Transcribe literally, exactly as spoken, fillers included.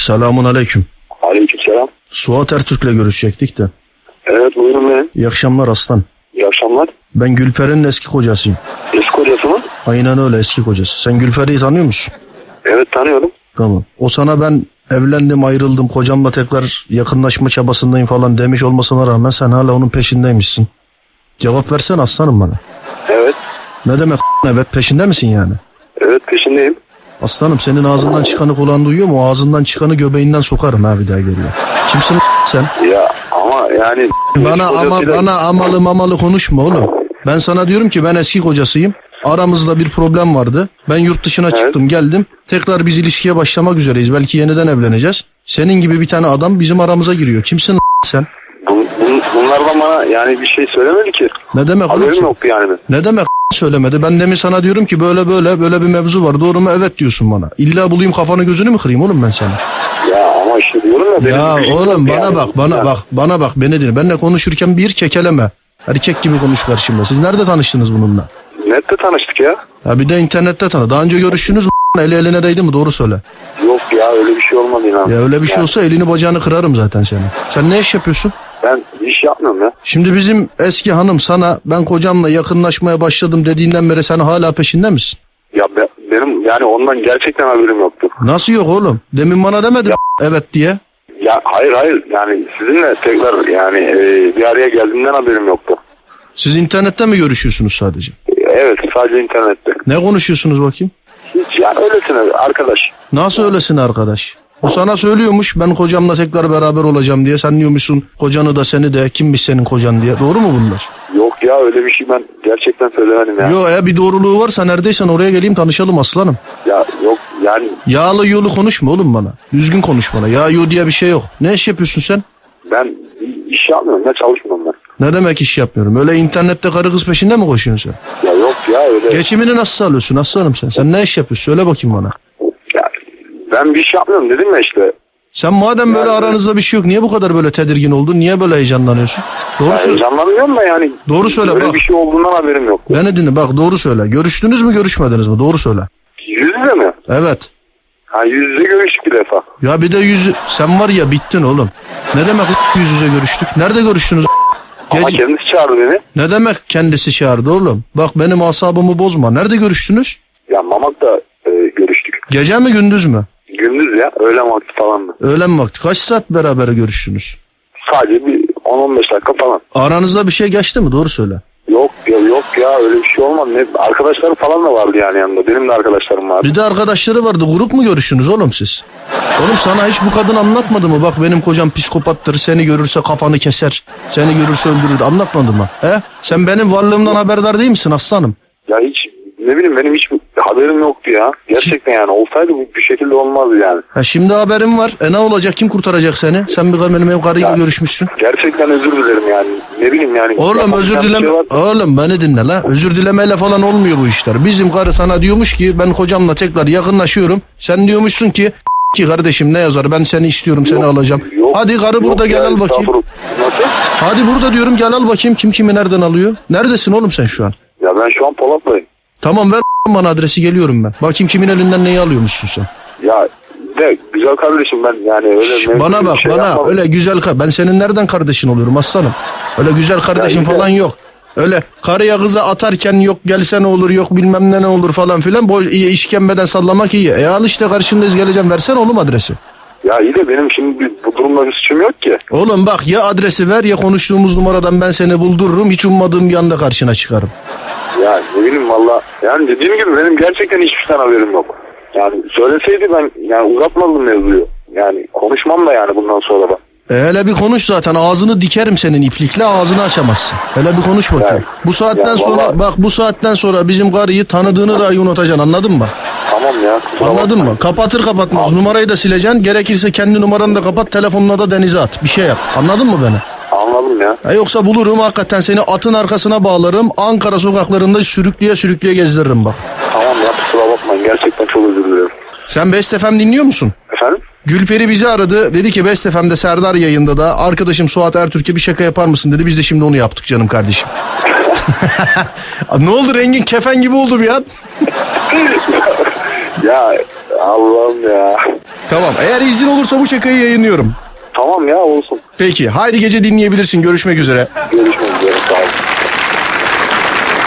Selamun aleyküm. Aleykümselam. Suat Ertürk'le görüşecektik de. Evet, buyurun benim. İyi akşamlar aslan. İyi akşamlar. Ben Gülper'in eski kocasıyım. Eski kocası mı? Aynen öyle, eski kocası. Sen Gülper'i tanıyor musun? Evet, tanıyorum. Tamam. O sana ben evlendim, ayrıldım, kocamla tekrar yakınlaşma çabasındayım falan demiş olmasına rağmen sen hala onun peşindeymişsin. Cevap versene aslanım bana. Evet. Ne demek evet, peşinde misin yani? Evet, peşindeyim. Aslanım, senin ağzından çıkanı kulağın duyuyor mu? O ağzından çıkanı göbeğinden sokarım ha bir daha geliyor. Kimsin sen? Ya ama yani... Bana ama kocasıyla- bana amalı mamalı konuşma oğlum. Ben sana diyorum ki ben eski kocasıyım. Aramızda bir problem vardı. Ben yurt dışına Evet. çıktım, geldim. Tekrar biz ilişkiye başlamak üzereyiz. Belki yeniden evleneceğiz. Senin gibi bir tane adam bizim aramıza giriyor. Kimsin sen? Bu, bun, bunlardan bana yani bir şey söylemedi ki. Ne demek oğlum? Haberim sen? yoktu yani benim. Ne demek söylemedi? Ben demin sana diyorum ki böyle böyle böyle bir mevzu var. Doğru mu? Evet diyorsun bana. İlla bulayım kafanı gözünü mü kırayım oğlum ben sana? Ya ama işte diyorum ya... benim Ya bir şeyim oğlum yok bana yani. bak bana Yani bak bana bak beni dinle. Benimle konuşurken bir kekeleme. Erkek gibi konuş karşımda. Siz nerede tanıştınız bununla? Nette tanıştık ya. Ya bir de internette tanı. Daha önce görüştünüz mü? Eli eline değdi mi? Doğru söyle. Yok ya, öyle bir şey olmadı inan. Ya öyle bir şey Yani olsa elini bacağını kırarım zaten seni. Sen ne iş yapıyorsun? Ben iş yapmıyorum ya. Şimdi bizim eski hanım sana ben kocamla yakınlaşmaya başladım dediğinden beri sen hala peşinde misin? Ya be- benim yani ondan gerçekten haberim yoktu. Nasıl yok oğlum? Demin bana demedin evet diye. Ya hayır hayır yani sizinle tekrar yani e, bir araya geldiğimden haberim yoktu. Siz internette mi görüşüyorsunuz sadece? Evet, sadece internette. Ne konuşuyorsunuz bakayım? Hiç yani öylesine arkadaş. Nasıl öylesin arkadaş? O sana söylüyormuş ben kocamla tekrar beraber olacağım diye. Sen diyormuşsun kocanı da seni de kimmiş senin kocan diye. Doğru mu bunlar? Yok ya, öyle bir şey ben gerçekten söylemedim ya. Yo ya bir doğruluğu varsa neredeysen oraya geleyim tanışalım aslanım. Ya yok yani Yağlı yolu konuşma oğlum bana. Düzgün konuş bana. Yağ yo diye bir şey yok. Ne iş yapıyorsun sen? ben iş yapmıyorum ya, çalışmıyorum ben. Ne demek iş yapmıyorum? Öyle internette karı kız peşinde mi koşuyorsun sen? Ya yok ya öyle. Geçimini nasıl sağlıyorsun aslanım sen? Sen ne iş yapıyorsun? Söyle bakayım bana. Ya, ben bir iş yapmıyorum dedim ya işte. Sen madem böyle Yani- aranızda bir şey yok niye bu kadar böyle tedirgin oldun? Niye böyle heyecanlanıyorsun? Doğru Ya, söyle. heyecanlanmıyorum da yani. Doğru söyle, öyle bak. bir şey olduğundan haberim yok. Beni dinle bak doğru söyle. Görüştünüz mü görüşmediniz mi? Doğru söyle. Yüz yüze mi? Evet. Ha, yüz yüze görüştük bir defa. Ya bir de yüz... Sen var ya bittin oğlum. Ne demek yüz yüze görüştük? Nerede görüştünüz? Ama Gece... kendisi çağırdı beni. Ne demek kendisi çağırdı oğlum? Bak benim asabımı bozma. Nerede görüştünüz? Ya Mamak'ta e, görüştük. Gece mi gündüz mü? Gündüz ya, öğlen vakti falandı. Öğlen vakti. Kaç saat beraber görüştünüz? Sadece bir on on beş dakika falan. Aranızda bir şey geçti mi? Doğru söyle. Yok ya, yok ya, öyle bir şey olmadı. Ne, arkadaşları falan da vardı yani yanında. Benim de arkadaşlarım vardı. Bir de arkadaşları vardı. Grup mu görüştünüz oğlum siz? Oğlum sana hiç bu kadın anlatmadı mı? Bak benim kocam psikopattır. Seni görürse kafanı keser. Seni görürse öldürür. Anlatmadı mı? He? Sen benim varlığımdan haberdar değil misin aslanım? Ya hiç ne bileyim, benim hiç haberim yoktu ya. Gerçekten yani olsaydı bu bir şekilde olmazdı yani. Ha şimdi haberim var. E ne olacak? Kim kurtaracak seni? Sen bir benim ev karıyla Ya, görüşmüşsün. Gerçekten özür dilerim yani. Ne bileyim yani. Oğlum yapamayacağım özür bir dileme. şey var. Oğlum beni dinle la. Özür dilemeyle falan olmuyor bu işler. Bizim karı sana diyormuş ki ben kocamla tekrar yakınlaşıyorum. Sen diyormuşsun ki ki kardeşim ne yazar ben seni istiyorum seni Yok, alacağım. yok, Hadi karı yok burada ya, gel al bakayım. estağfurullah. Nasıl? Hadi burada diyorum gel al bakayım kim kimi nereden alıyor. Neredesin oğlum sen şu an? Ya ben şu an Polat'tayım. Tamam ver bana adresi geliyorum ben. Bakayım kimin elinden neyi alıyormuşsun sen. Ya de güzel kardeşim, ben yani öyle Şş, mevcut bana bir bak şey bana yapmadım. öyle güzel ka- ben senin nereden kardeşin oluyorum aslanım? Öyle güzel kardeşin Ya iyi de- falan yok. Öyle karıya kıza atarken yok gelse ne olur yok bilmem ne ne olur falan filan. Bu iyi, işkembeden sallamak iyi. E al işte karşındayız geleceğim versene oğlum adresi. Ya iyi de benim şimdi bu durumda bir suçum yok ki. Oğlum bak ya adresi ver ya konuştuğumuz numaradan ben seni buldururum. Hiç ummadığım bir anda karşına çıkarım. Ya ne bileyim valla. Yani dediğim gibi benim gerçekten hiçbir şeyden haberim yok. Yani söyleseydi ben yani uzatmazdım mevzuyu. Yani konuşmam da yani bundan sonra da. E hele bir konuş zaten ağzını dikerim senin iplikle ağzını açamazsın. Hele bir konuş bakayım. Ya, bu saatten ya sonra vallahi- bak bu saatten sonra bizim karıyı tanıdığını dahi unutacaksın anladın mı? Tamam ya. kusura Anladın bakma. mı? Kapatır kapatmaz numarayı da sileceksin. Gerekirse kendi numaranı da kapat telefonuna da denize at. Bir şey yap. Anladın mı beni? Anladım ya. Ya yoksa bulurum hakikaten seni atın arkasına bağlarım. Ankara sokaklarında sürükleye sürükleye gezdiririm bak. Tamam ya, kusura bakmayın. Gerçekten çok özür dilerim. Sen Best F M dinliyor musun? Efendim? Gülperi bizi aradı. Dedi ki Best F M'de Serdar yayında da arkadaşım Suat Ertürk'e bir şaka yapar mısın dedi. Biz de şimdi onu yaptık canım kardeşim. Ne oldu rengin kefen gibi oldu bir an. Ya Allah'ım ya. Tamam, eğer izin olursa bu şakayı yayınlıyorum. Tamam ya, olsun. Peki, haydi gece dinleyebilirsin. Görüşmek üzere. Görüşmek üzere.